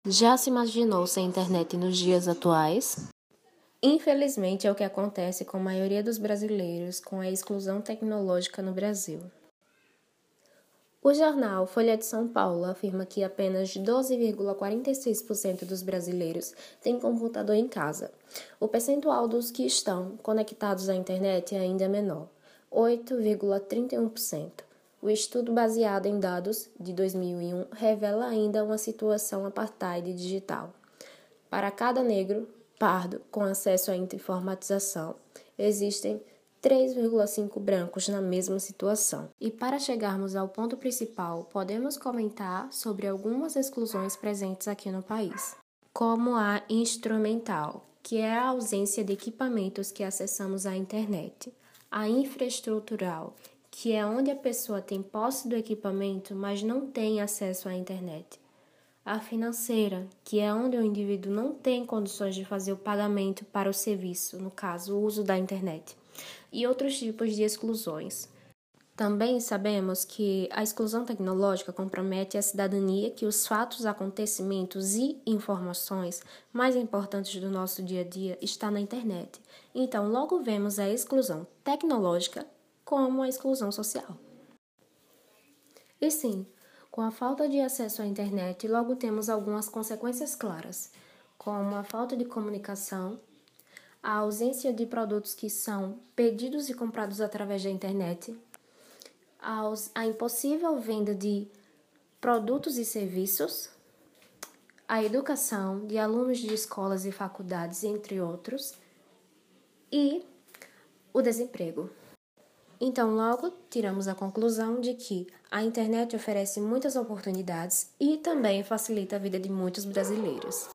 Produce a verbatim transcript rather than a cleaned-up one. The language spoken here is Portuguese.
Já se imaginou sem internet nos dias atuais? Infelizmente, é o que acontece com a maioria dos brasileiros com a exclusão tecnológica no Brasil. O jornal Folha de São Paulo afirma que apenas doze vírgula quarenta e seis por cento dos brasileiros têm computador em casa. O percentual dos que estão conectados à internet é ainda menor, oito vírgula trinta e um por cento. O estudo baseado em dados de dois mil e um revela ainda uma situação apartheid digital. Para cada negro, pardo, com acesso à informatização, existem três vírgula cinco brancos na mesma situação. E para chegarmos ao ponto principal, podemos comentar sobre algumas exclusões presentes aqui no país, como a instrumental, que é a ausência de equipamentos que acessamos à internet, a infraestrutural, que é onde a pessoa tem posse do equipamento, mas não tem acesso à internet, a financeira, que é onde o indivíduo não tem condições de fazer o pagamento para o serviço, no caso, o uso da internet, e outros tipos de exclusões. Também sabemos que a exclusão tecnológica compromete a cidadania, que os fatos, acontecimentos e informações mais importantes do nosso dia a dia estão na internet. Então, logo vemos a exclusão tecnológica como a exclusão social. E sim, com a falta de acesso à internet, logo temos algumas consequências claras, como a falta de comunicação, a ausência de produtos que são pedidos e comprados através da internet, a impossível venda de produtos e serviços, a educação de alunos de escolas e faculdades, entre outros, e o desemprego. Então, logo, tiramos a conclusão de que a internet oferece muitas oportunidades e também facilita a vida de muitos brasileiros.